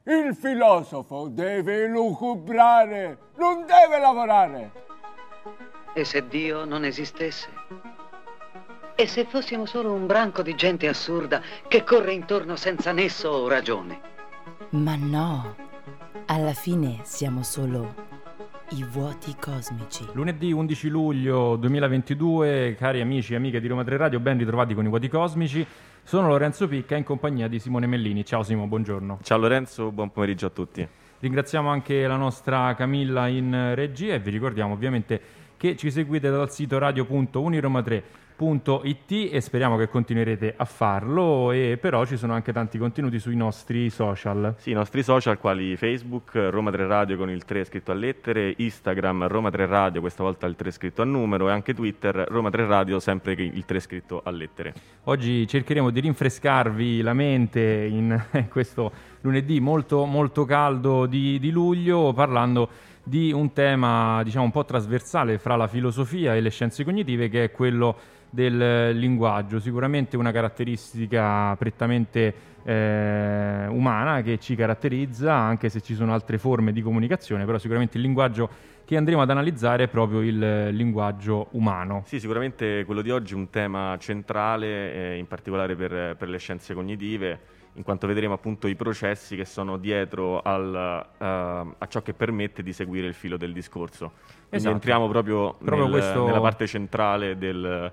Il filosofo deve lucubrare, non deve lavorare. E se Dio non esistesse? E se fossimo solo un branco di gente assurda che corre intorno senza nesso o ragione? Ma no, alla fine siamo solo i vuoti cosmici. Lunedì 11 luglio 2022, cari amici e amiche di Roma 3 Radio, ben ritrovati con i vuoti cosmici. Sono Lorenzo Picca in compagnia di Simone Mellini. Ciao Simo, buongiorno. Ciao Lorenzo, buon pomeriggio a tutti. Ringraziamo anche la nostra Camilla in regia e vi ricordiamo ovviamente che ci seguite dal sito radio.uniroma3.it e speriamo che continuerete a farlo, e però ci sono anche tanti contenuti sui nostri social. Sì, i nostri social quali Facebook, Roma 3 Radio con il 3 scritto a lettere, Instagram, Roma 3 Radio, questa volta il 3 scritto a numero, e anche Twitter, Roma 3 Radio, sempre il 3 scritto a lettere. Oggi cercheremo di rinfrescarvi la mente in questo lunedì molto, molto caldo di luglio, parlando di un tema, diciamo, un po' trasversale fra la filosofia e le scienze cognitive, che è quello del linguaggio. Sicuramente una caratteristica prettamente umana che ci caratterizza, anche se ci sono altre forme di comunicazione, però sicuramente il linguaggio che andremo ad analizzare è proprio il linguaggio umano. Sì, sicuramente quello di oggi è un tema centrale, in particolare per le scienze cognitive, in quanto vedremo appunto i processi che sono dietro a ciò che permette di seguire il filo del discorso. Quindi Esatto. Entriamo proprio questo... nella parte centrale delle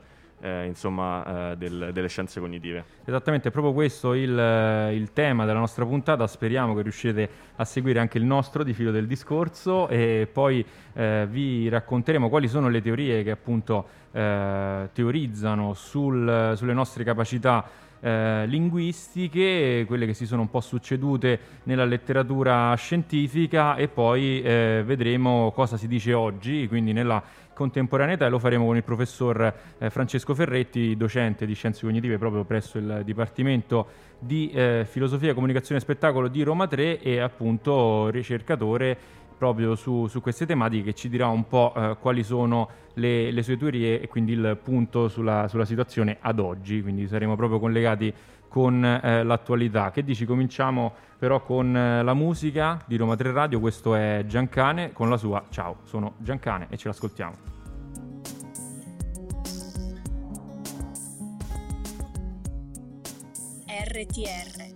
scienze cognitive. Esattamente, è proprio questo il tema della nostra puntata. Speriamo che riuscirete a seguire anche il nostro di filo del discorso, e poi vi racconteremo quali sono le teorie che appunto teorizzano sulle nostre capacità linguistiche, quelle che si sono un po' succedute nella letteratura scientifica, e poi vedremo cosa si dice oggi, quindi nella contemporaneità, e lo faremo con il professor Francesco Ferretti, docente di scienze cognitive proprio presso il Dipartimento di Filosofia, Comunicazione e Spettacolo di Roma 3, e appunto ricercatore proprio su queste tematiche, che ci dirà un po' quali sono le sue teorie e quindi il punto sulla situazione ad oggi. Quindi saremo proprio collegati con l'attualità. Che dici? Cominciamo però con la musica di Roma 3 Radio. Questo è Giancane con la sua Ciao, sono Giancane, e ce l'ascoltiamo. RTR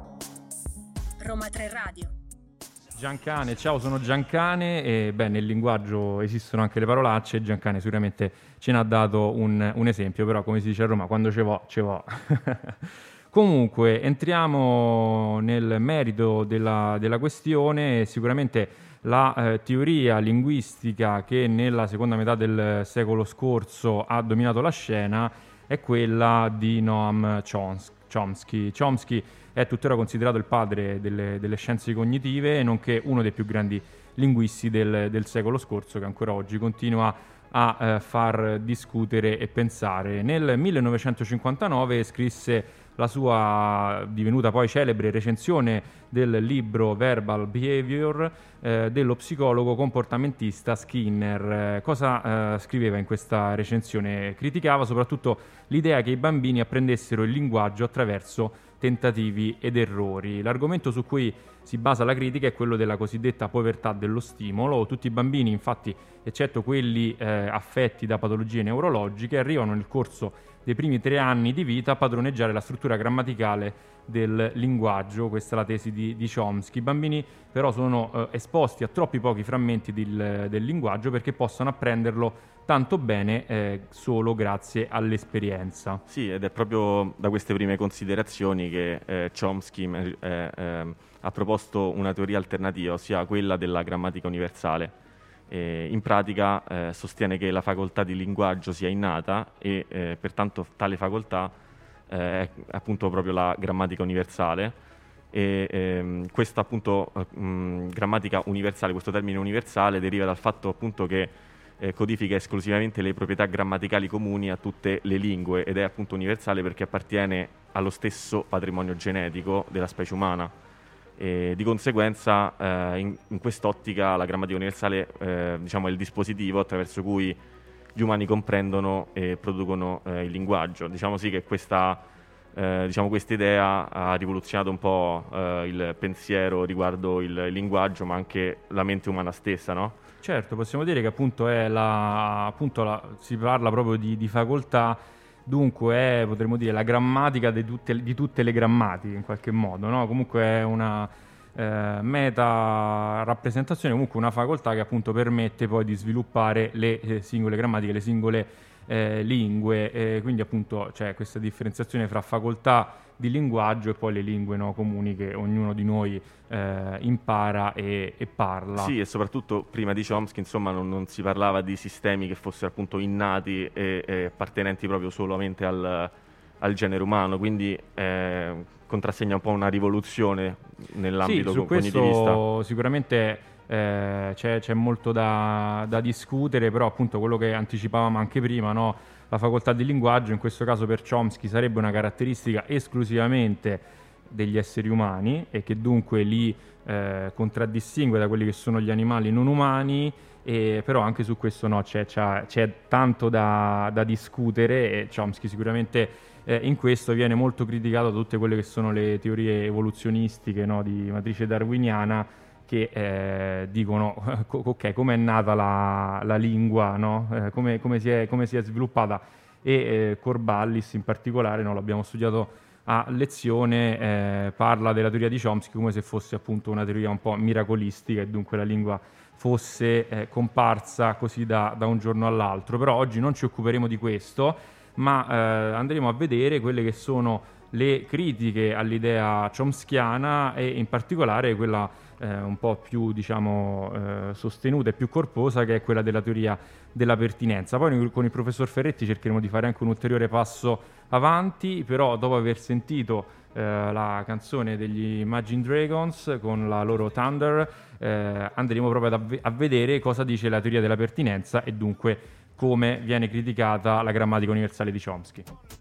Roma 3 Radio. Giancane, ciao, sono Giancane, e beh, nel linguaggio esistono anche le parolacce. Giancane sicuramente ce n'ha dato un esempio, però come si dice a Roma, quando ce vo', ce vo'. Comunque, entriamo nel merito della questione. Sicuramente la teoria linguistica che nella seconda metà del secolo scorso ha dominato la scena è quella di Noam Chomsky. Chomsky è tuttora considerato il padre delle scienze cognitive, nonché uno dei più grandi linguisti del secolo scorso, che ancora oggi continua a far discutere e pensare. Nel 1959 scrisse la sua divenuta poi celebre recensione del libro Verbal Behavior dello psicologo comportamentista Skinner. Cosa scriveva in questa recensione? Criticava soprattutto l'idea che i bambini apprendessero il linguaggio attraverso tentativi ed errori. L'argomento su cui si basa la critica è quello della cosiddetta povertà dello stimolo. Tutti i bambini, infatti, eccetto quelli affetti da patologie neurologiche, arrivano nel corso dei primi 3 anni di vita a padroneggiare la struttura grammaticale del linguaggio. Questa è la tesi di Chomsky. I bambini però sono esposti a troppi pochi frammenti del linguaggio perché possano apprenderlo tanto bene solo grazie all'esperienza. Sì, ed è proprio da queste prime considerazioni che Chomsky ha proposto una teoria alternativa, ossia quella della grammatica universale. In pratica sostiene che la facoltà di linguaggio sia innata e pertanto tale facoltà è appunto proprio la grammatica universale, e questa appunto grammatica universale, questo termine universale deriva dal fatto appunto che codifica esclusivamente le proprietà grammaticali comuni a tutte le lingue, ed è appunto universale perché appartiene allo stesso patrimonio genetico della specie umana. E di conseguenza in quest'ottica la grammatica universale diciamo è il dispositivo attraverso cui gli umani comprendono e producono il linguaggio. Diciamo sì che questa diciamo, questa idea ha rivoluzionato un po' il pensiero riguardo il linguaggio, ma anche la mente umana stessa, no? Certo, possiamo dire che appunto si parla proprio di facoltà, dunque è, potremmo dire, la grammatica di tutte le grammatiche in qualche modo, no? Comunque è una meta rappresentazione, comunque una facoltà che appunto permette poi di sviluppare le singole grammatiche, le singole lingue, quindi appunto c'è questa differenziazione fra facoltà di linguaggio e poi le lingue, no, comuni che ognuno di noi impara e parla. Sì, e soprattutto prima di Chomsky, insomma, non si parlava di sistemi che fossero appunto innati e appartenenti proprio solamente al genere umano, quindi contrassegna un po' una rivoluzione nell'ambito cognitivista. Questo sicuramente c'è molto da discutere, però appunto quello che anticipavamo anche prima, no? La facoltà di linguaggio in questo caso per Chomsky sarebbe una caratteristica esclusivamente degli esseri umani e che dunque li contraddistingue da quelli che sono gli animali non umani, però anche su questo no, c'è tanto da discutere e Chomsky sicuramente in questo viene molto criticato da tutte quelle che sono le teorie evoluzionistiche, no, di matrice darwiniana, che dicono ok, come è nata la lingua, no? come si è sviluppata, e Corballis in particolare, no, l'abbiamo studiato a lezione, parla della teoria di Chomsky come se fosse appunto una teoria un po' miracolistica e dunque la lingua fosse comparsa così da un giorno all'altro. Però oggi non ci occuperemo di questo, ma andremo a vedere quelle che sono le critiche all'idea chomskiana e in particolare quella un po' più, diciamo, sostenuta e più corposa, che è quella della teoria della pertinenza. Poi con il professor Ferretti cercheremo di fare anche un ulteriore passo avanti, però dopo aver sentito la canzone degli Imagine Dragons con la loro Thunder, andremo proprio a vedere cosa dice la teoria della pertinenza e dunque come viene criticata la grammatica universale di Chomsky.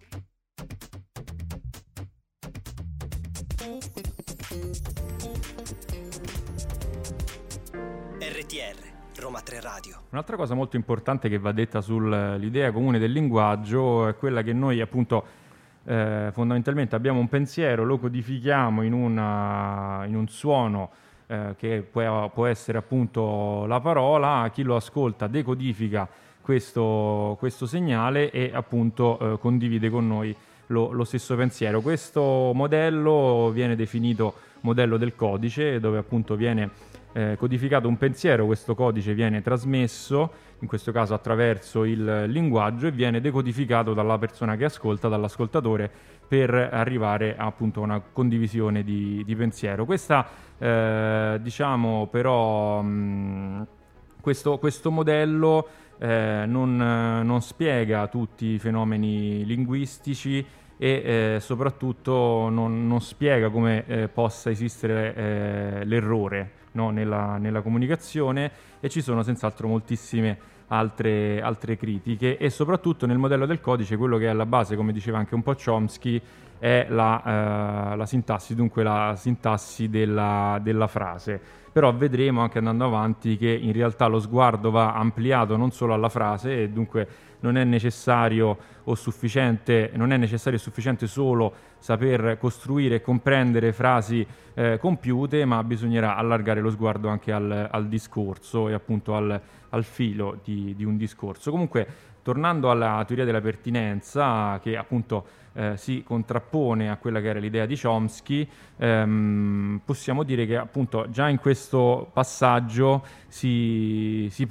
RTR, Roma 3 Radio. Un'altra cosa molto importante che va detta sull'idea comune del linguaggio è quella che noi appunto fondamentalmente abbiamo un pensiero, lo codifichiamo in un suono che può essere appunto la parola, chi lo ascolta decodifica questo segnale e appunto condivide con noi lo stesso pensiero. Questo modello viene definito modello del codice, dove appunto viene codificato un pensiero, questo codice viene trasmesso, in questo caso attraverso il linguaggio, e viene decodificato dalla persona che ascolta, dall'ascoltatore, per arrivare appunto a una condivisione di pensiero. Questa diciamo però questo modello non spiega tutti i fenomeni linguistici e soprattutto non spiega come possa esistere l'errore, no, nella comunicazione, e ci sono senz'altro moltissime altre critiche. E soprattutto nel modello del codice quello che è alla base, come diceva anche un po' Chomsky, è la sintassi, dunque la sintassi della frase. Però vedremo anche andando avanti che in realtà lo sguardo va ampliato non solo alla frase, e dunque non è necessario o sufficiente solo saper costruire e comprendere frasi compiute, ma bisognerà allargare lo sguardo anche al discorso e appunto al filo di un discorso. Comunque, tornando alla teoria della pertinenza, che appunto si contrappone a quella che era l'idea di Chomsky, possiamo dire che appunto già in questo passaggio ci si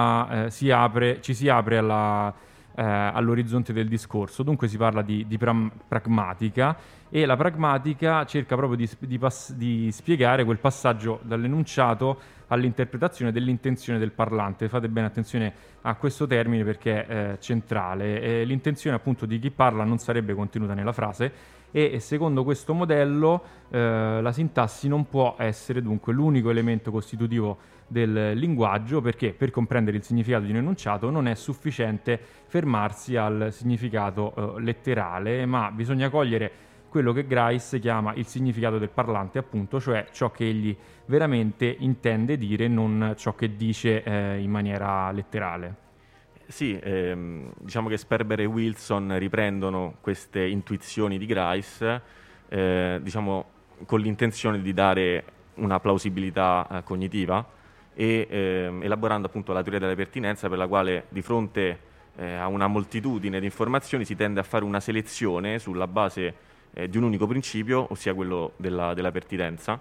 apre all'orizzonte del discorso. Dunque si parla di pragmatica, e la pragmatica cerca proprio di spiegare quel passaggio dall'enunciato all'interpretazione dell'intenzione del parlante. Fate bene attenzione a questo termine perché è centrale. L'intenzione appunto di chi parla non sarebbe contenuta nella frase, e secondo questo modello la sintassi non può essere dunque l'unico elemento costitutivo del linguaggio, perché per comprendere il significato di un enunciato non è sufficiente fermarsi al significato letterale, ma bisogna cogliere quello che Grice chiama il significato del parlante, appunto, cioè ciò che egli veramente intende dire, non ciò che dice in maniera letterale. Sì, diciamo che Sperber e Wilson riprendono queste intuizioni di Grice, diciamo, con l'intenzione di dare una plausibilità cognitiva e elaborando appunto la teoria della pertinenza, per la quale di fronte a una moltitudine di informazioni si tende a fare una selezione sulla base di un unico principio, ossia quello della pertinenza,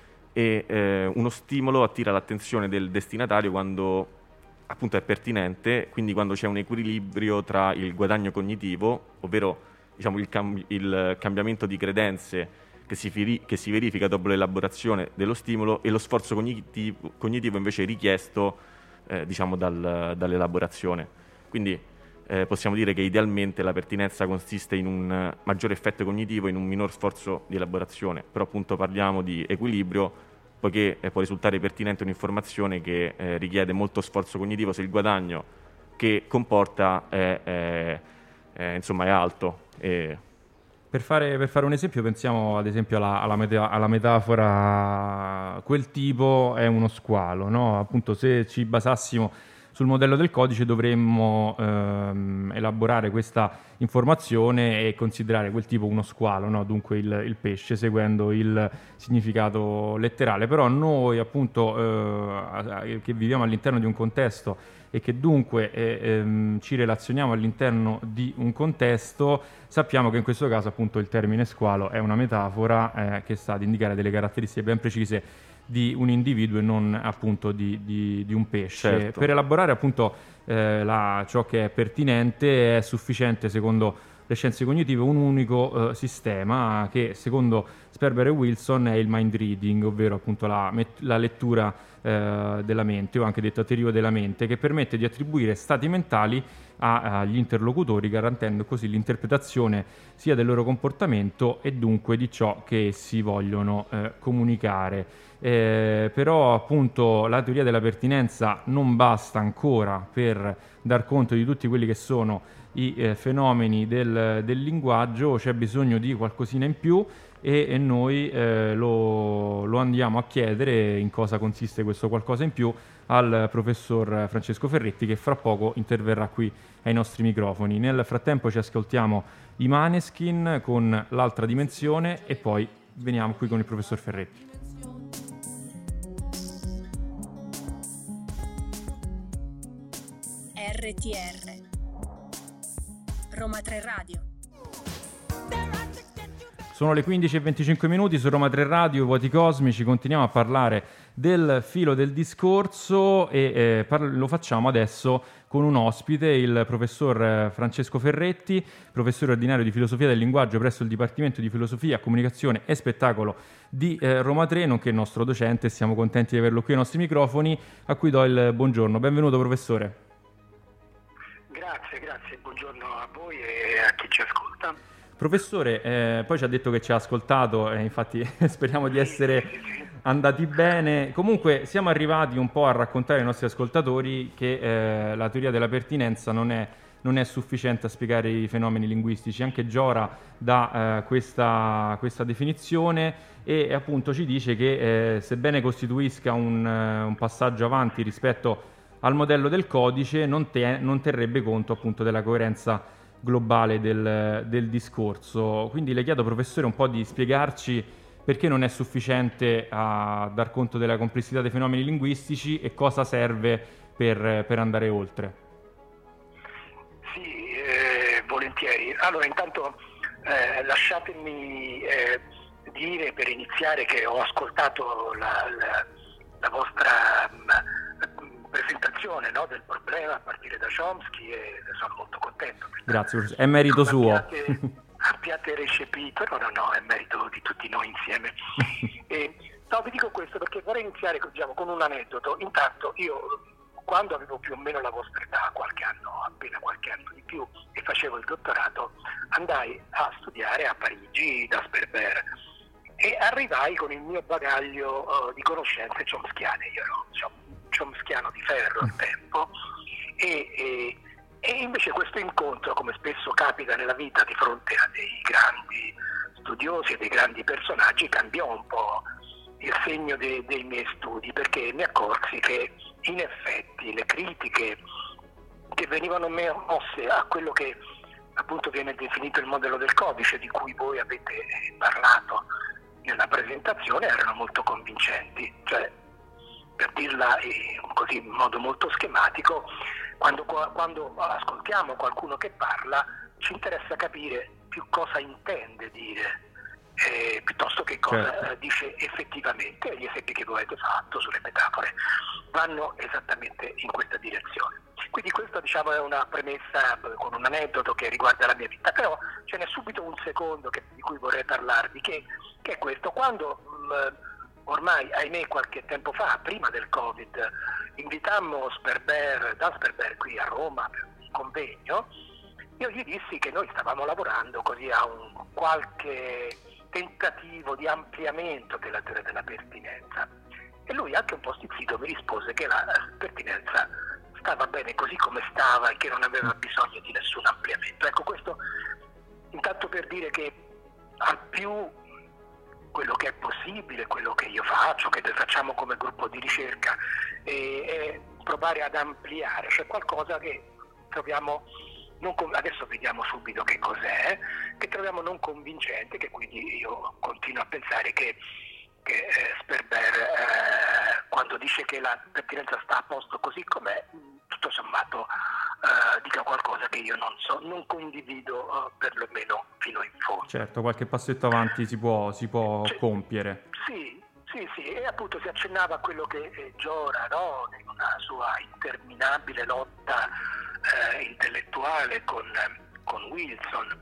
e uno stimolo attira l'attenzione del destinatario quando appunto è pertinente, quindi quando c'è un equilibrio tra il guadagno cognitivo, ovvero diciamo il cambiamento di credenze che si verifica dopo l'elaborazione dello stimolo, e lo sforzo cognitivo invece richiesto diciamo dall'elaborazione. Quindi possiamo dire che idealmente la pertinenza consiste in un maggiore effetto cognitivo e in un minor sforzo di elaborazione, però appunto parliamo di equilibrio, poiché può risultare pertinente un'informazione che richiede molto sforzo cognitivo se il guadagno che comporta insomma è alto. Per fare un esempio, pensiamo ad esempio alla metafora quel tipo è uno squalo, no? Appunto, se ci basassimo sul modello del codice dovremmo elaborare questa informazione e considerare quel tipo uno squalo, no? Dunque il pesce, seguendo il significato letterale. Però noi appunto che viviamo all'interno di un contesto e che dunque ci relazioniamo all'interno di un contesto, sappiamo che in questo caso appunto il termine squalo è una metafora che sta ad indicare delle caratteristiche ben precise di un individuo e non appunto di un pesce. Certo. Per elaborare appunto ciò che è pertinente è sufficiente, secondo le scienze cognitive, un unico sistema che secondo Sperber e Wilson è il mind reading, ovvero appunto la lettura della mente, o anche detta teoria della mente, che permette di attribuire stati mentali agli interlocutori, garantendo così l'interpretazione sia del loro comportamento e dunque di ciò che essi vogliono comunicare. Però appunto la teoria della pertinenza non basta ancora per dar conto di tutti quelli che sono i fenomeni del linguaggio, c'è bisogno di qualcosina in più e noi lo andiamo a chiedere in cosa consiste questo qualcosa in più al professor Francesco Ferretti, che fra poco interverrà qui ai nostri microfoni. Nel frattempo ci ascoltiamo i Maneskin con L'altra dimensione e poi veniamo qui con il professor Ferretti. RTR Roma 3 Radio. Sono le 15:25 su Roma 3 Radio, Vuoti Cosmici. Continuiamo a parlare del filo del discorso e lo facciamo adesso con un ospite, il professor Francesco Ferretti, professore ordinario di filosofia del linguaggio presso il Dipartimento di Filosofia, Comunicazione e Spettacolo di Roma 3, nonché nostro docente. Siamo contenti di averlo qui ai nostri microfoni, a cui do il buongiorno. Benvenuto professore. Grazie, buongiorno a voi e a chi ci ascolta. Professore, poi ci ha detto che ci ha ascoltato e infatti speriamo di essere andati bene. Comunque siamo arrivati un po' a raccontare ai nostri ascoltatori che la teoria della pertinenza non è sufficiente a spiegare i fenomeni linguistici. Anche Giora dà questa definizione e appunto ci dice che sebbene costituisca un passaggio avanti rispetto al modello del codice, non terrebbe conto appunto della coerenza globale del discorso. Quindi le chiedo, professore, un po' di spiegarci perché non è sufficiente a dar conto della complessità dei fenomeni linguistici e cosa serve per andare oltre. Sì, volentieri. Allora, intanto lasciatemi dire per iniziare che ho ascoltato la vostra presentazione, no, del problema a partire da Chomsky e sono molto contento. Grazie, professore. È merito suo. Abbiate recepito, no, è merito di tutti noi insieme. No, vi dico questo perché vorrei iniziare con un aneddoto. Intanto io, quando avevo più o meno la vostra età, appena qualche anno di più, e facevo il dottorato, andai a studiare a Parigi da Sperber e arrivai con il mio bagaglio di conoscenze chomskiane. Io ero chomskiano di ferro al tempo e invece questo incontro, come spesso capita nella vita di fronte a dei grandi studiosi e dei grandi personaggi, cambiò un po' il segno dei miei studi, perché mi accorsi che in effetti le critiche che venivano mosse a quello che appunto viene definito il modello del codice, di cui voi avete parlato nella presentazione, erano molto convincenti. Cioè, per dirla così in modo molto schematico, quando ascoltiamo qualcuno che parla ci interessa capire più cosa intende dire piuttosto che cosa dice effettivamente, e gli esempi che voi avete fatto sulle metafore vanno esattamente in questa direzione. Quindi questo, diciamo, è una premessa con un aneddoto che riguarda la mia vita, però ce n'è subito un secondo di cui vorrei parlarvi, che è questo. Quando ormai, ahimè, qualche tempo fa, prima del Covid, invitammo Dan Sperber qui a Roma per un convegno, io gli dissi che noi stavamo lavorando così a un qualche tentativo di ampliamento della teoria della pertinenza, e lui, anche un po' stizzito, mi rispose che la pertinenza stava bene così come stava e che non aveva bisogno di nessun ampliamento. Ecco, questo intanto per dire che al più quello che è possibile, quello che io faccio, che noi facciamo come gruppo di ricerca, è provare ad ampliare, cioè qualcosa che troviamo adesso vediamo subito che cos'è, che troviamo non convincente, che quindi io continuo a pensare che Sperber, quando dice che la pertinenza sta a posto così com'è, tutto sommato dica qualcosa che io non condivido, perlomeno fino in fondo. Certo, qualche passetto avanti si può compiere. Sì, e appunto si accennava a quello che Giora, no, in una sua interminabile lotta intellettuale con Wilson,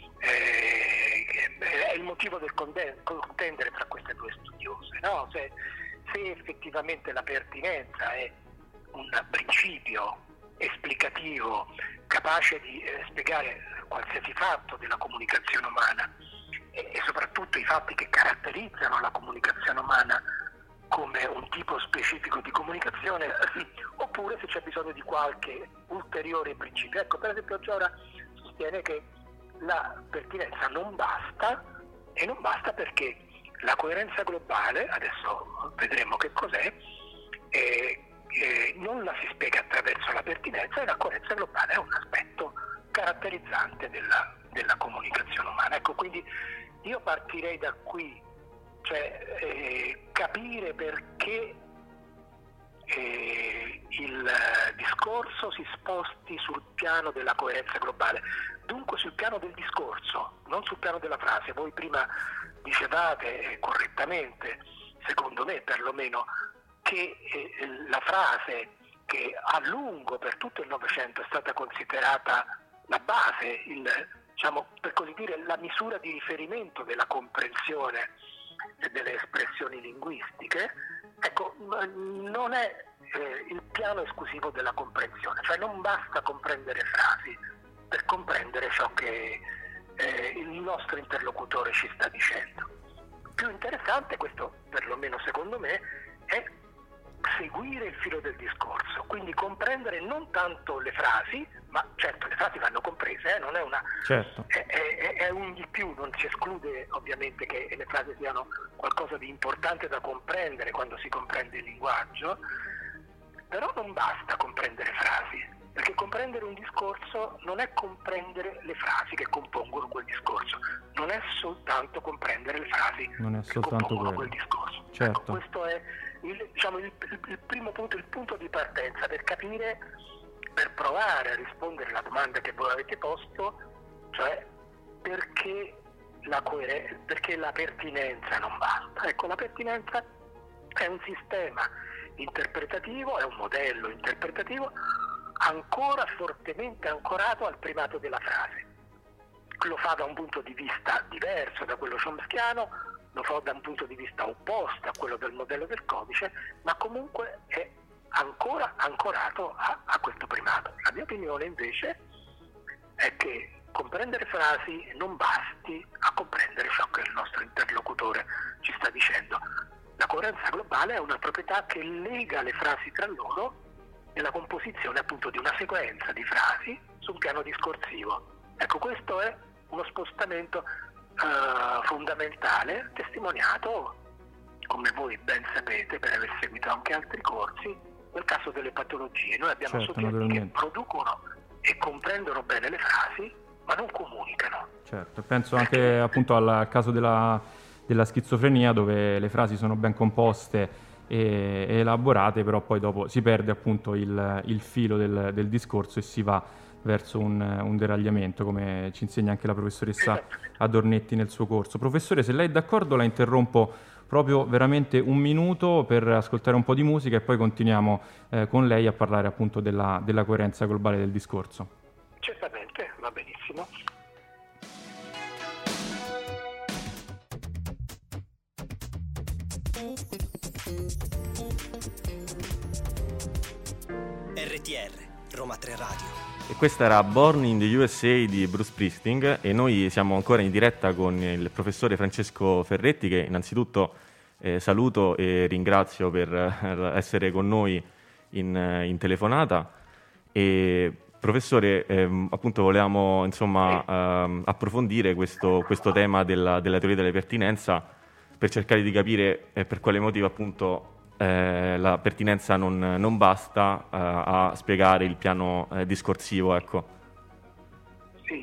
è il motivo del contendere tra queste due studiose, no? Se effettivamente la pertinenza è un principio esplicativo capace di spiegare qualsiasi fatto della comunicazione umana e soprattutto i fatti che caratterizzano la comunicazione umana come un tipo specifico di comunicazione, oppure se c'è bisogno di qualche ulteriore principio. Ecco, per esempio Giora sostiene che la pertinenza non basta, e non basta perché la coerenza globale, adesso vedremo che cos'è, non la si spiega attraverso la pertinenza, e la coerenza globale è un aspetto caratterizzante della comunicazione umana. Ecco, quindi io partirei da qui, cioè capire perché il discorso si sposti sul piano della coerenza globale, dunque sul piano del discorso, non sul piano della frase. Voi prima dicevate correttamente, secondo me perlomeno, che la frase che a lungo per tutto il Novecento è stata considerata la base, diciamo, per così dire, la misura di riferimento della comprensione delle espressioni linguistiche, ecco, non è il piano esclusivo della comprensione, cioè non basta comprendere frasi per comprendere ciò che il nostro interlocutore ci sta dicendo. Più interessante, questo perlomeno secondo me, è seguire il filo del discorso, quindi comprendere non tanto le frasi, ma certo le frasi vanno comprese, non è una... Certo. È un di più, non si esclude ovviamente che le frasi siano qualcosa di importante da comprendere quando si comprende il linguaggio, però non basta comprendere frasi, perché comprendere un discorso non è comprendere le frasi che compongono quel discorso, non è soltanto comprendere le frasi che compongono quel discorso. Certo. Ecco, questo è il primo punto, il punto di partenza per capire, per provare a rispondere alla domanda che voi avete posto, cioè perché la pertinenza non basta. Ecco, la pertinenza è un sistema interpretativo, è un modello interpretativo ancora fortemente ancorato al primato della frase. Lo fa da un punto di vista diverso da quello chomskiano, lo fa da un punto di vista opposto a quello del modello del codice, ma comunque è ancora ancorato a questo primato. La mia opinione invece è che comprendere frasi non basti a comprendere ciò che il nostro interlocutore ci sta dicendo. La coerenza globale è una proprietà che lega le frasi tra loro nella composizione appunto di una sequenza di frasi su un piano discorsivo. Ecco, questo è uno spostamento fondamentale, testimoniato, come voi ben sapete per aver seguito anche altri corsi, nel caso delle patologie. Noi abbiamo Certo, soggetti che naturalmente. producono e comprendono bene le frasi, ma non comunicano. Certo, penso anche appunto al caso della schizofrenia, dove le frasi sono ben composte e elaborate, però poi dopo si perde appunto il filo del discorso e si va verso un deragliamento, come ci insegna anche la professoressa Adornetti nel suo corso. Professore, se lei è d'accordo, la interrompo proprio veramente un minuto per ascoltare un po' di musica e poi continuiamo con lei a parlare appunto della coerenza globale del discorso. Certamente, va benissimo. RTR, Roma 3 Radio. E questa era Born in the USA di Bruce Springsteen e noi siamo ancora in diretta con il professore Francesco Ferretti, che innanzitutto saluto e ringrazio per essere con noi in telefonata. E professore, appunto volevamo approfondire questo tema della teoria della pertinenza per cercare di capire per quale motivo appunto la pertinenza non basta a spiegare il piano discorsivo, ecco. Sì.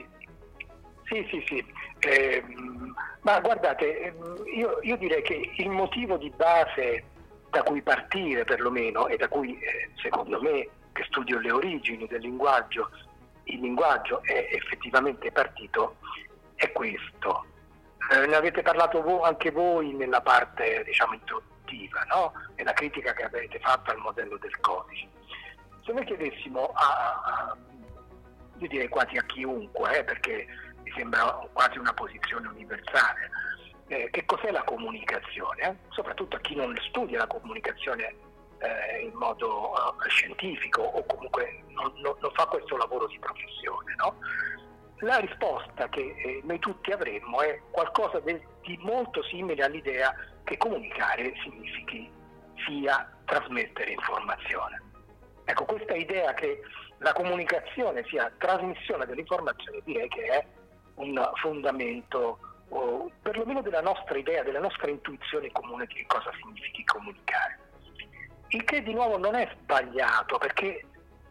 Ma guardate, io direi che il motivo di base da cui partire perlomeno, e da cui secondo me, che studio le origini del linguaggio, il linguaggio è effettivamente partito, è questo. Ne avete parlato anche voi nella parte, diciamo, introduttiva, no? Nella critica che avete fatto al modello del codice. Se noi chiedessimo io direi quasi a chiunque, perché mi sembra quasi una posizione universale, che cos'è la comunicazione? Soprattutto a chi non studia la comunicazione in modo scientifico o comunque non fa questo lavoro di professione, no? La risposta che noi tutti avremmo è qualcosa di molto simile all'idea che comunicare significhi sia trasmettere informazione. Ecco, questa idea che la comunicazione sia trasmissione dell'informazione direi che è un fondamento, perlomeno della nostra idea, della nostra intuizione comune di che cosa significhi comunicare. Il che di nuovo non è sbagliato, perché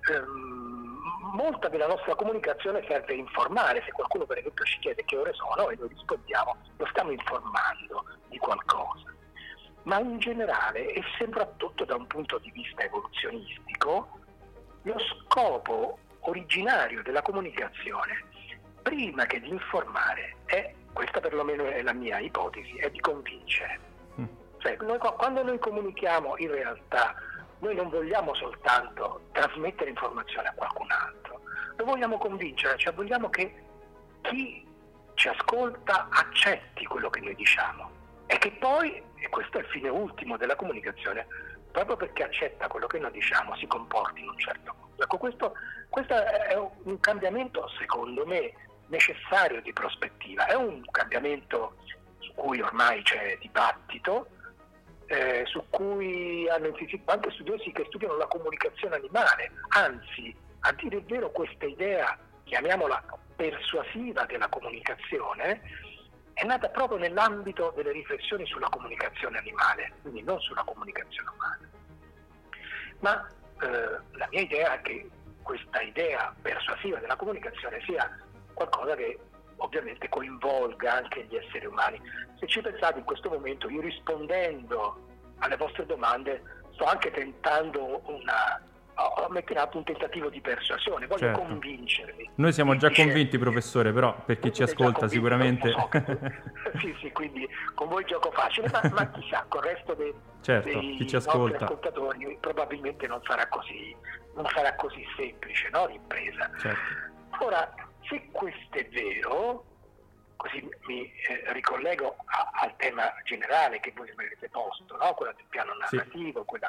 molta della nostra comunicazione serve a informare. Se qualcuno per esempio ci chiede che ore sono e noi rispondiamo, lo stiamo informando di qualcosa. Ma in generale, e soprattutto da un punto di vista evoluzionistico, lo scopo originario della comunicazione, prima che di informare, questa perlomeno è la mia ipotesi, è di convincere. Cioè, quando noi comunichiamo, in realtà noi non vogliamo soltanto trasmettere informazione a qualcun altro, lo vogliamo convincere, cioè vogliamo che chi ci ascolta accetti quello che noi diciamo e che poi, e questo è il fine ultimo della comunicazione, proprio perché accetta quello che noi diciamo, si comporti in un certo modo. Ecco, questo è un cambiamento, secondo me, necessario di prospettiva, è un cambiamento su cui ormai c'è dibattito, su cui hanno insistito anche studiosi che studiano la comunicazione animale, anzi, a dire il vero, questa idea, chiamiamola persuasiva della comunicazione, è nata proprio nell'ambito delle riflessioni sulla comunicazione animale, quindi non sulla comunicazione umana. Ma la mia idea è che questa idea persuasiva della comunicazione sia qualcosa che ovviamente coinvolga anche gli esseri umani. Se ci pensate, in questo momento, io rispondendo alle vostre domande sto anche tentando mettere a un tentativo di persuasione, voglio convincervi. Noi siamo già convinti, professore, però per chi ci ascolta sicuramente... Sì, quindi con voi gioco facile, ma chissà, con il resto dei chi ci ascolta, ascoltatori probabilmente non sarà così semplice, no? L'impresa. Certo. Ora, se questo è vero, così mi ricollego al tema generale che voi mi avete posto, no? Quella del piano narrativo, quella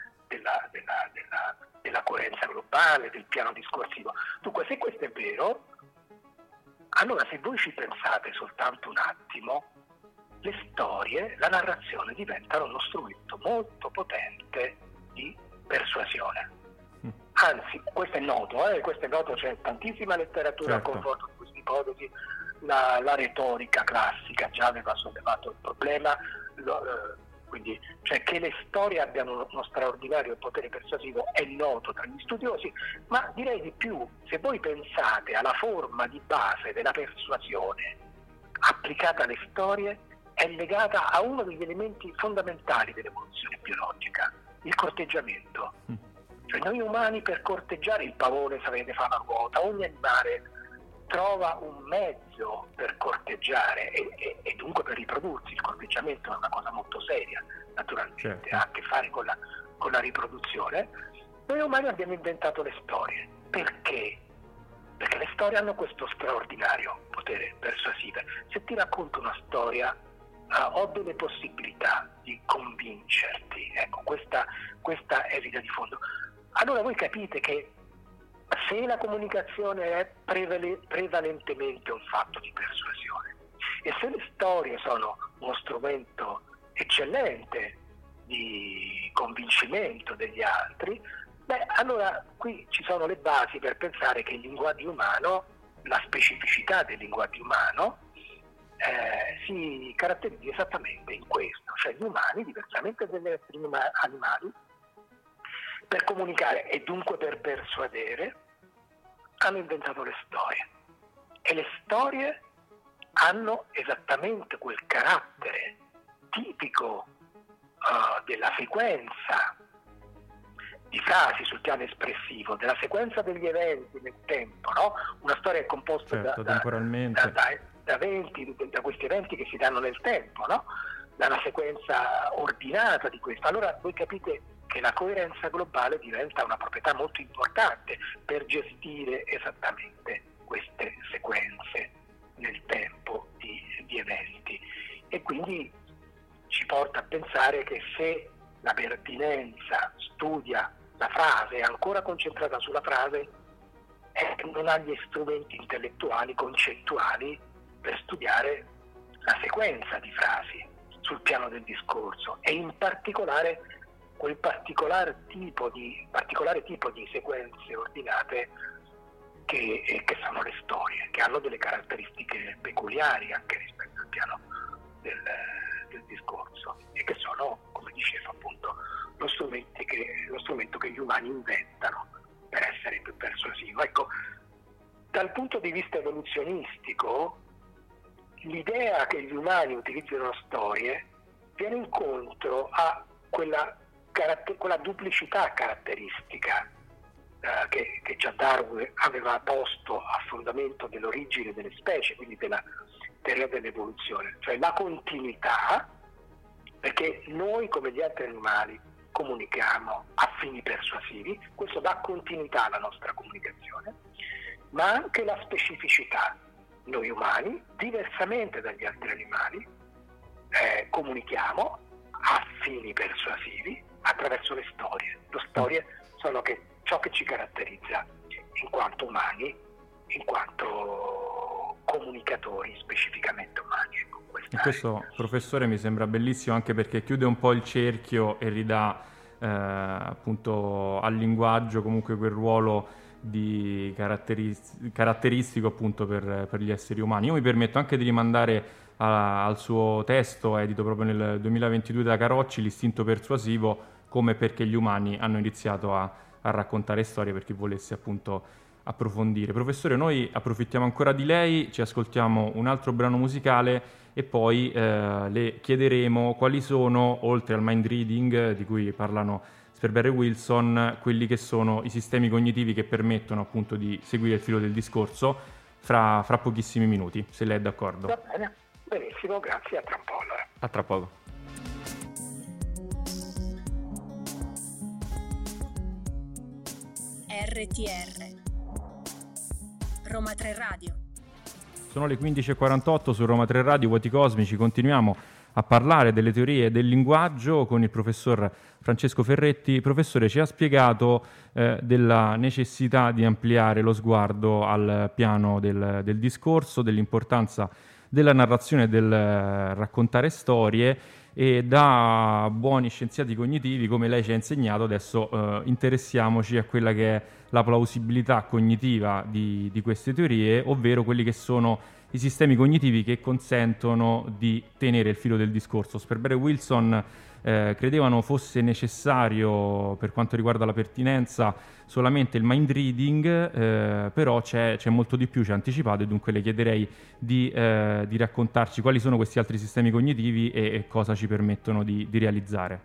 della coerenza globale, del piano discorsivo. Dunque, se questo è vero, allora se voi ci pensate soltanto un attimo, le storie, la narrazione diventano uno strumento molto potente di persuasione. Anzi, questo è noto, c'è tantissima letteratura a conforto di questa ipotesi, la retorica classica già aveva sollevato il problema, quindi, cioè che le storie abbiano uno straordinario potere persuasivo è noto tra gli studiosi, ma direi di più, se voi pensate alla forma di base della persuasione applicata alle storie, è legata a uno degli elementi fondamentali dell'evoluzione biologica, il corteggiamento. Cioè noi umani per corteggiare, il pavone sapete fa la ruota, ogni animale trova un mezzo per corteggiare e dunque per riprodursi. Il corteggiamento è una cosa molto seria, naturalmente, certo. Ha a che fare con la riproduzione. Noi umani abbiamo inventato le storie. Perché? Perché le storie hanno questo straordinario potere persuasivo. Se ti racconto una storia, ho delle possibilità di convincerti. Ecco, questa è l'idea di fondo. Allora voi capite che se la comunicazione è prevalentemente un fatto di persuasione e se le storie sono uno strumento eccellente di convincimento degli altri, allora qui ci sono le basi per pensare che il linguaggio umano, la specificità del linguaggio umano, si caratterizza esattamente in questo, cioè gli umani, diversamente dagli altri animali, per comunicare e dunque per persuadere, hanno inventato le storie. E le storie hanno esattamente quel carattere tipico della sequenza di frasi sul piano espressivo, della sequenza degli eventi nel tempo, no? Una storia è composta certo, temporalmente. da questi eventi che si danno nel tempo, no? Da una sequenza ordinata di questo. Allora voi capite che la coerenza globale diventa una proprietà molto importante per gestire esattamente queste sequenze nel tempo di eventi. E quindi ci porta a pensare che se la pertinenza studia la frase, è ancora concentrata sulla frase, non ha gli strumenti intellettuali, concettuali per studiare la sequenza di frasi sul piano del discorso e in particolare quel particolare tipo di sequenze ordinate che sono le storie, che hanno delle caratteristiche peculiari anche rispetto al piano del discorso e che sono, come dicevo appunto, lo strumento che gli umani inventano per essere più persuasivo. Ecco, dal punto di vista evoluzionistico, l'idea che gli umani utilizzino storie viene incontro a quella duplicità caratteristica che già Darwin aveva posto a fondamento dell'origine delle specie, quindi della teoria dell'evoluzione, cioè la continuità, perché noi come gli altri animali comunichiamo a fini persuasivi, questo dà continuità alla nostra comunicazione, ma anche la specificità. Noi umani, diversamente dagli altri animali, comunichiamo a fini persuasivi attraverso le storie. Le storie sono ciò che ci caratterizza in quanto umani, in quanto comunicatori specificamente umani. Ecco, e questo, professore, mi sembra bellissimo anche perché chiude un po' il cerchio e ridà appunto al linguaggio comunque quel ruolo di caratteristico appunto per gli esseri umani. Io mi permetto anche di rimandare al suo testo edito proprio nel 2022 da Carocci, L'istinto persuasivo, come perché gli umani hanno iniziato a raccontare storie, per chi volesse appunto approfondire. Professore, noi approfittiamo ancora di lei, ci ascoltiamo un altro brano musicale e poi le chiederemo quali sono, oltre al mind reading di cui parlano Sperber e Wilson, quelli che sono i sistemi cognitivi che permettono appunto di seguire il filo del discorso fra pochissimi minuti, se lei è d'accordo. Va bene, benissimo, grazie, a tra un po' allora. A tra poco. RTR Roma 3 Radio. Sono le 15.48 su Roma 3 Radio, Vuoti Cosmici. Continuiamo a parlare delle teorie del linguaggio con il professor Francesco Ferretti. Professore, ci ha spiegato della necessità di ampliare lo sguardo al piano del discorso, dell'importanza della narrazione e del raccontare storie, e da buoni scienziati cognitivi, come lei ci ha insegnato, adesso interessiamoci a quella che è la plausibilità cognitiva di queste teorie, ovvero quelli che sono i sistemi cognitivi che consentono di tenere il filo del discorso. Sperber e Wilson credevano fosse necessario, per quanto riguarda la pertinenza, solamente il mind reading, però c'è molto di più, ci ha anticipato, e dunque le chiederei di raccontarci quali sono questi altri sistemi cognitivi e cosa ci permettono di realizzare.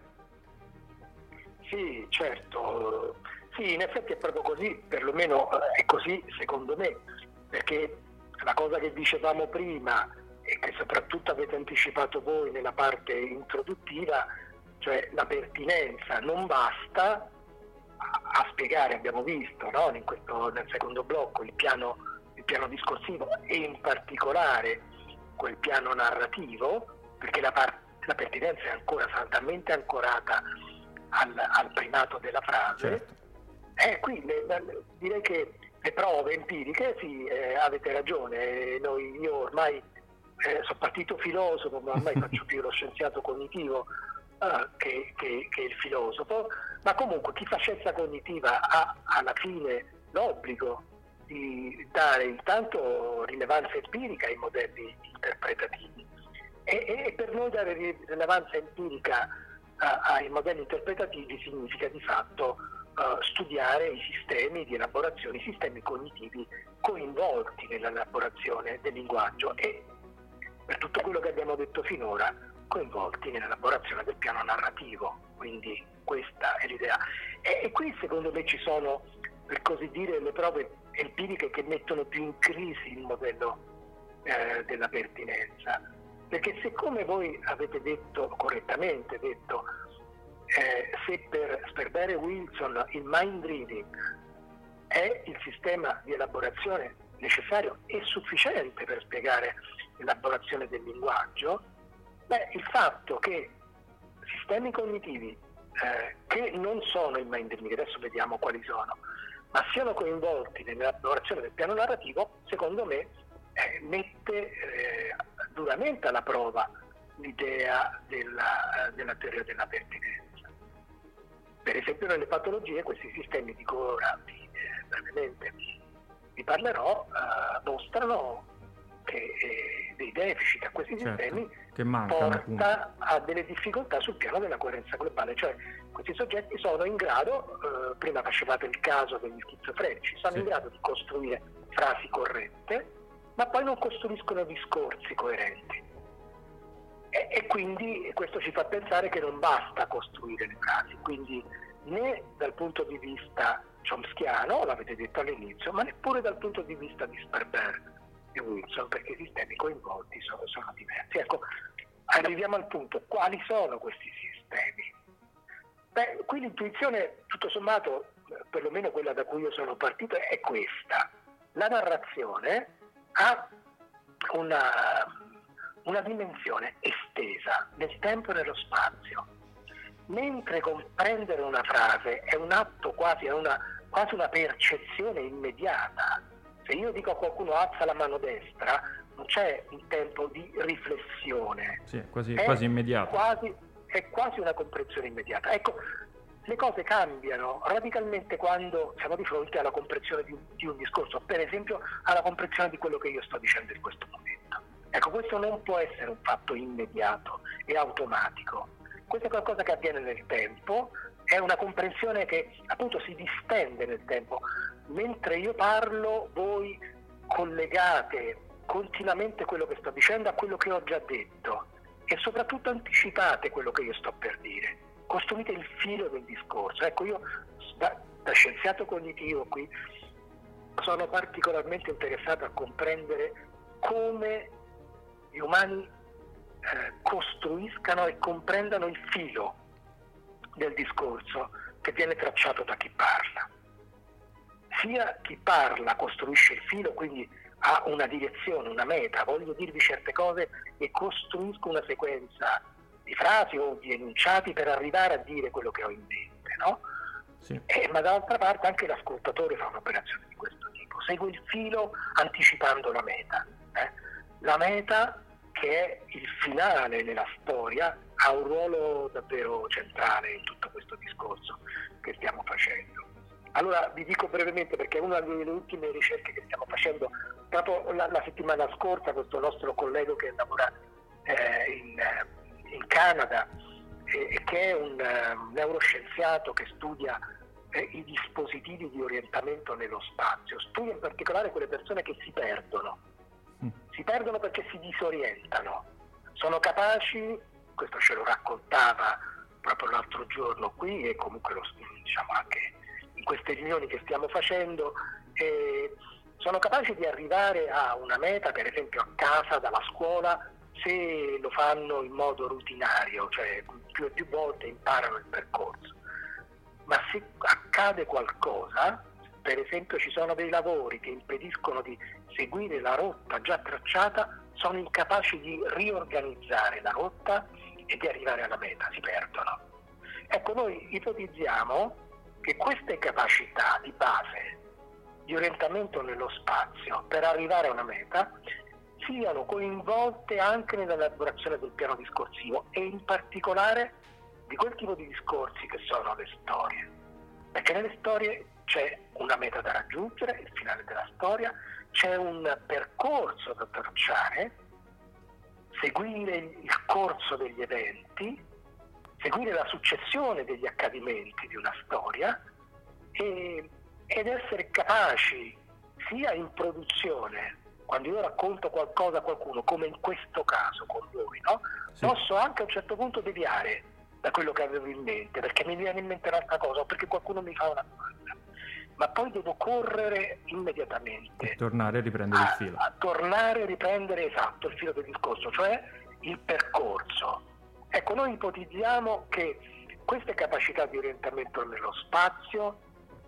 Sì, certo. Sì, in effetti è proprio così, perlomeno è così secondo me, perché la cosa che dicevamo prima e che soprattutto avete anticipato voi nella parte introduttiva, cioè la pertinenza non basta a spiegare, abbiamo visto, no? Nel secondo blocco il piano discorsivo e in particolare quel piano narrativo, perché la pertinenza è ancora saldamente ancorata al primato della frase. Certo. Qui direi che le prove empiriche, sì, avete ragione, io ormai sono partito filosofo, ma ormai faccio più lo scienziato cognitivo che il filosofo, ma comunque chi fa scienza cognitiva ha alla fine l'obbligo di dare intanto rilevanza empirica ai modelli interpretativi e per noi dare rilevanza empirica ai modelli interpretativi significa di fatto studiare i sistemi di elaborazione, i sistemi cognitivi coinvolti nell'elaborazione del linguaggio e, per tutto quello che abbiamo detto finora, coinvolti nell'elaborazione del piano narrativo. Quindi questa è l'idea. E qui secondo me ci sono, per così dire, le prove empiriche che mettono più in crisi il modello della pertinenza. Perché se, come voi avete detto, correttamente detto, se per Sperber e Wilson il mind reading è il sistema di elaborazione necessario e sufficiente per spiegare l'elaborazione del linguaggio, il fatto che sistemi cognitivi che non sono il mind reading, adesso vediamo quali sono, ma siano coinvolti nell'elaborazione del piano narrativo, secondo me mette duramente alla prova l'idea della teoria della pertinenza. Per esempio nelle patologie questi sistemi di cui ora brevemente vi parlerò mostrano che dei deficit a questi sistemi che mancano, porta a delle difficoltà sul piano della coerenza globale, cioè questi soggetti sono in grado, prima facevate il caso degli schizofrenici, sono in grado di costruire frasi corrette, ma poi non costruiscono discorsi coerenti. E quindi questo ci fa pensare che non basta costruire le frasi, quindi né dal punto di vista chomskiano, l'avete detto all'inizio, ma neppure dal punto di vista di Sperber e Wilson, perché i sistemi coinvolti sono diversi. Ecco, arriviamo al punto, quali sono questi sistemi? Qui l'intuizione, tutto sommato, perlomeno quella da cui io sono partito, è questa. La narrazione ha una dimensione estesa nel tempo e nello spazio, mentre comprendere una frase è un atto quasi una percezione immediata. Se io dico a qualcuno alza la mano destra, non c'è un tempo di riflessione. Sì, quasi immediato. È quasi una comprensione immediata. Ecco, le cose cambiano radicalmente quando siamo di fronte alla comprensione di un discorso, per esempio alla comprensione di quello che io sto dicendo in questo momento. Ecco, questo non può essere un fatto immediato e automatico. Questo è qualcosa che avviene nel tempo, è una comprensione che appunto si distende nel tempo. Mentre io parlo, voi collegate continuamente quello che sto dicendo a quello che ho già detto e soprattutto anticipate quello che io sto per dire. Costruite il filo del discorso. Ecco, io da scienziato cognitivo qui sono particolarmente interessato a comprendere come gli umani costruiscano e comprendano il filo del discorso che viene tracciato da chi parla. Sia chi parla costruisce il filo, quindi ha una direzione, una meta, voglio dirvi certe cose e costruisco una sequenza di frasi o di enunciati per arrivare a dire quello che ho in mente, no? Sì. Ma dall'altra parte anche l'ascoltatore fa un'operazione di questo tipo, segue il filo anticipando la meta. La meta, che è il finale nella storia, ha un ruolo davvero centrale in tutto questo discorso che stiamo facendo. Allora vi dico brevemente, perché una delle ultime ricerche che stiamo facendo, proprio la settimana scorsa, questo nostro collega che lavora in Canada che è un neuroscienziato che studia i dispositivi di orientamento nello spazio, studia in particolare quelle persone che si perdono perché si disorientano, sono capaci, questo ce lo raccontava proprio l'altro giorno qui e comunque diciamo anche in queste riunioni che stiamo facendo, sono capaci di arrivare a una meta, per esempio a casa, dalla scuola, se lo fanno in modo rutinario, cioè più e più volte imparano il percorso. Ma se accade qualcosa, per esempio ci sono dei lavori che impediscono di seguire la rotta già tracciata, sono incapaci di riorganizzare la rotta e di arrivare alla meta, si perdono. Ecco, noi ipotizziamo che queste capacità di base di orientamento nello spazio per arrivare a una meta siano coinvolte anche nell'elaborazione del piano discorsivo e in particolare di quel tipo di discorsi che sono le storie. Perché nelle storie c'è una meta da raggiungere, il finale della storia, c'è un percorso da tracciare, seguire il corso degli eventi, seguire la successione degli accadimenti di una storia ed essere capaci sia in produzione, quando io racconto qualcosa a qualcuno, come in questo caso con voi, no? Sì. Posso anche a un certo punto deviare da quello che avevo in mente, perché mi viene in mente un'altra cosa o perché qualcuno mi fa una domanda, ma poi devo correre immediatamente e tornare a riprendere il filo, a tornare a riprendere esatto il filo del discorso, cioè il percorso. Ecco, noi ipotizziamo che queste capacità di orientamento nello spazio,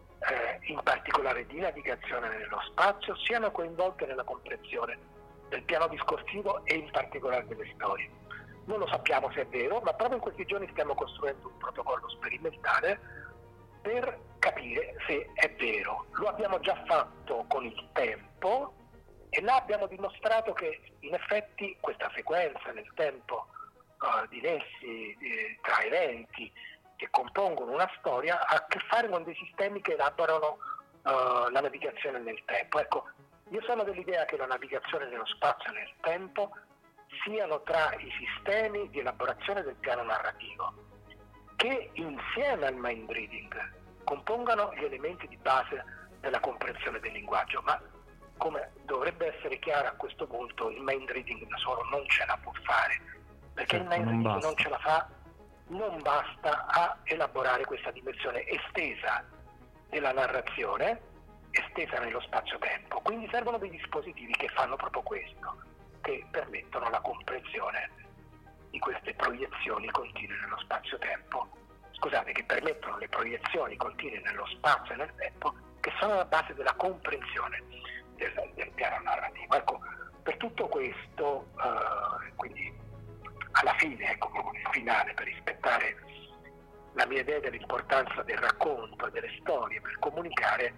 in particolare di navigazione nello spazio, siano coinvolte nella comprensione del piano discorsivo e in particolare delle storie. Non lo sappiamo se è vero, ma proprio in questi giorni stiamo costruendo un protocollo sperimentale per capire se è vero. Lo abbiamo già fatto con il tempo e là abbiamo dimostrato che in effetti questa sequenza nel tempo di nessi tra eventi che compongono una storia ha a che fare con dei sistemi che elaborano la navigazione nel tempo. Ecco, io sono dell'idea che la navigazione nello spazio e nel tempo siano tra i sistemi di elaborazione del piano narrativo che insieme al mind reading compongano gli elementi di base della comprensione del linguaggio, ma come dovrebbe essere chiaro a questo punto, il mind reading da solo non ce la può fare, perché il mind reading non ce la fa, non basta a elaborare questa dimensione estesa della narrazione, estesa nello spazio-tempo. Quindi servono dei dispositivi che fanno proprio questo, che permettono la comprensione di queste proiezioni continue nello spazio-tempo. Scusate, che permettono le proiezioni continue nello spazio e nel tempo, che sono la base della comprensione del piano narrativo. Ecco, per tutto questo, quindi alla fine, ecco, proprio nel finale, per rispettare la mia idea dell'importanza del racconto e delle storie per comunicare,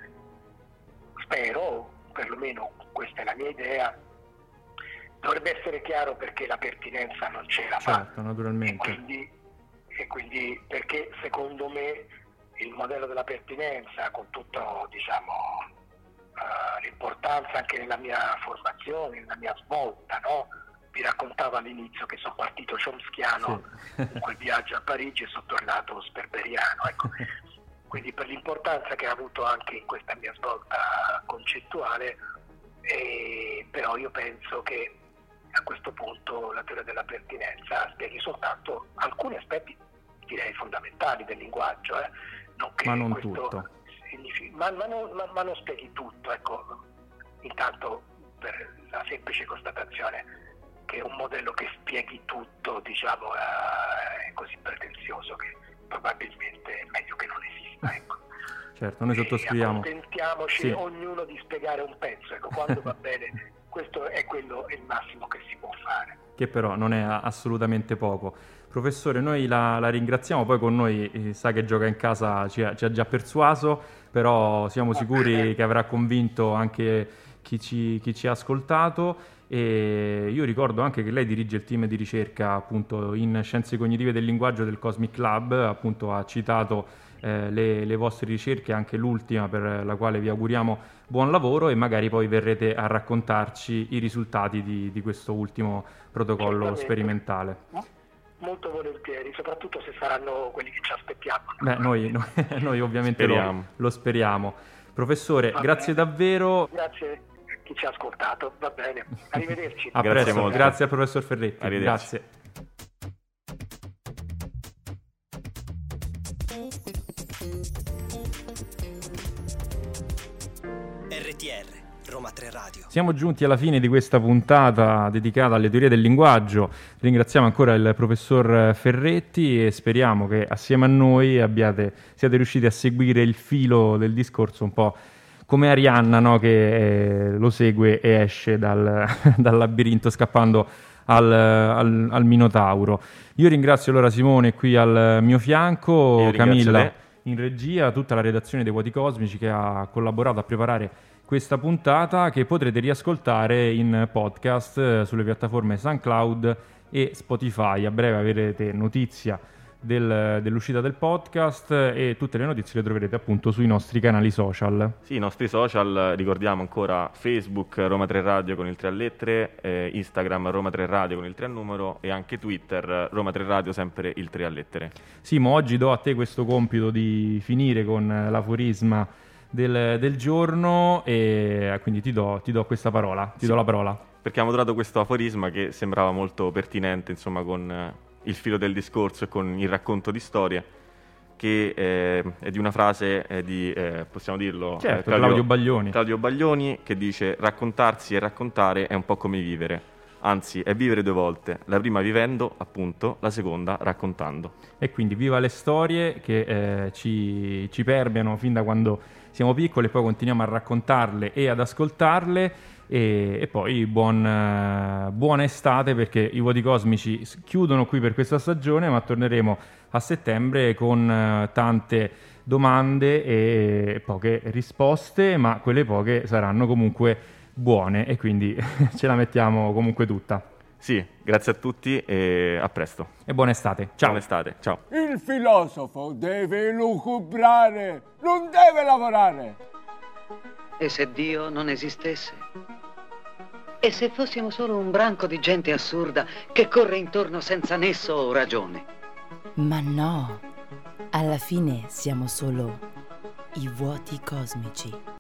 spero, perlomeno questa è la mia idea, dovrebbe essere chiaro perché la pertinenza non ce la fa. Certo, naturalmente. E quindi perché secondo me il modello della pertinenza, con tutto, diciamo, l'importanza anche nella mia formazione, nella mia svolta, no? Vi raccontavo all'inizio che sono partito chomskiano in quel viaggio a Parigi e sono tornato sperberiano, ecco. Quindi per l'importanza che ha avuto anche in questa mia svolta concettuale, però io penso che a questo punto la teoria della pertinenza spieghi soltanto alcuni aspetti, direi, fondamentali del linguaggio, ma non tutto. Ma non spieghi tutto, ecco. Intanto per la semplice constatazione che un modello che spieghi tutto, diciamo, è così pretenzioso che probabilmente è meglio che non esista, ecco. Certo, noi sottoscriviamo. Accontentiamoci ognuno di spiegare un pezzo, ecco, quando va bene, questo è il massimo che si può fare. Che però non è assolutamente poco. Professore, noi la ringraziamo, poi con noi sa che gioca in casa, ci ha già persuaso, però siamo sicuri che avrà convinto anche chi ci ha ascoltato. E io ricordo anche che lei dirige il team di ricerca appunto in scienze cognitive del linguaggio del Cosmic Lab, appunto ha citato le vostre ricerche, anche l'ultima per la quale vi auguriamo buon lavoro e magari poi verrete a raccontarci i risultati di questo ultimo protocollo sperimentale. Molto volentieri. volentieri, soprattutto se saranno quelli che ci aspettiamo. Beh, noi ovviamente lo speriamo. Professore, grazie davvero. Grazie a chi ci ha ascoltato, va bene. Arrivederci. A presto, grazie al professor Ferretti. Grazie. RTR Roma 3 Radio. Siamo giunti alla fine di questa puntata dedicata alle teorie del linguaggio. Ringraziamo ancora il professor Ferretti e speriamo che assieme a noi siate riusciti a seguire il filo del discorso, un po' come Arianna, no? Che lo segue e esce dal labirinto scappando al Minotauro. Io ringrazio allora Simone qui al mio fianco, Camilla in regia, tutta la redazione dei Vuoti Cosmici che ha collaborato a preparare questa puntata, che potrete riascoltare in podcast sulle piattaforme SoundCloud e Spotify. A breve avrete notizia dell'uscita del podcast e tutte le notizie le troverete appunto sui nostri canali social. Sì, i nostri social, ricordiamo ancora Facebook Roma 3 Radio con il 3 a lettere, Instagram Roma 3 Radio con il 3 a numero e anche Twitter Roma 3 Radio sempre il 3 a lettere. Simo, oggi do a te questo compito di finire con l'aforisma del giorno e quindi ti do questa parola, do la parola. Perché abbiamo trovato questo aforisma che sembrava molto pertinente, insomma, con il filo del discorso e con il racconto di storie, che è di una frase di, possiamo dirlo, certo, Claudio Baglioni, che dice: raccontarsi e raccontare è un po' come vivere, anzi è vivere due volte, la prima vivendo, appunto, la seconda raccontando. E quindi viva le storie che ci permeano fin da quando siamo piccoli e poi continuiamo a raccontarle e ad ascoltarle. E poi buona estate, perché i Vuoti Cosmici chiudono qui per questa stagione, ma torneremo a settembre con tante domande e poche risposte, ma quelle poche saranno comunque buone e quindi ce la mettiamo comunque tutta. Sì, grazie a tutti e a presto. E buona estate. Ciao. Buona estate, ciao. Il filosofo deve lucubrare, non deve lavorare. E se Dio non esistesse? E se fossimo solo un branco di gente assurda che corre intorno senza nesso o ragione? Ma no, alla fine siamo solo i Vuoti Cosmici.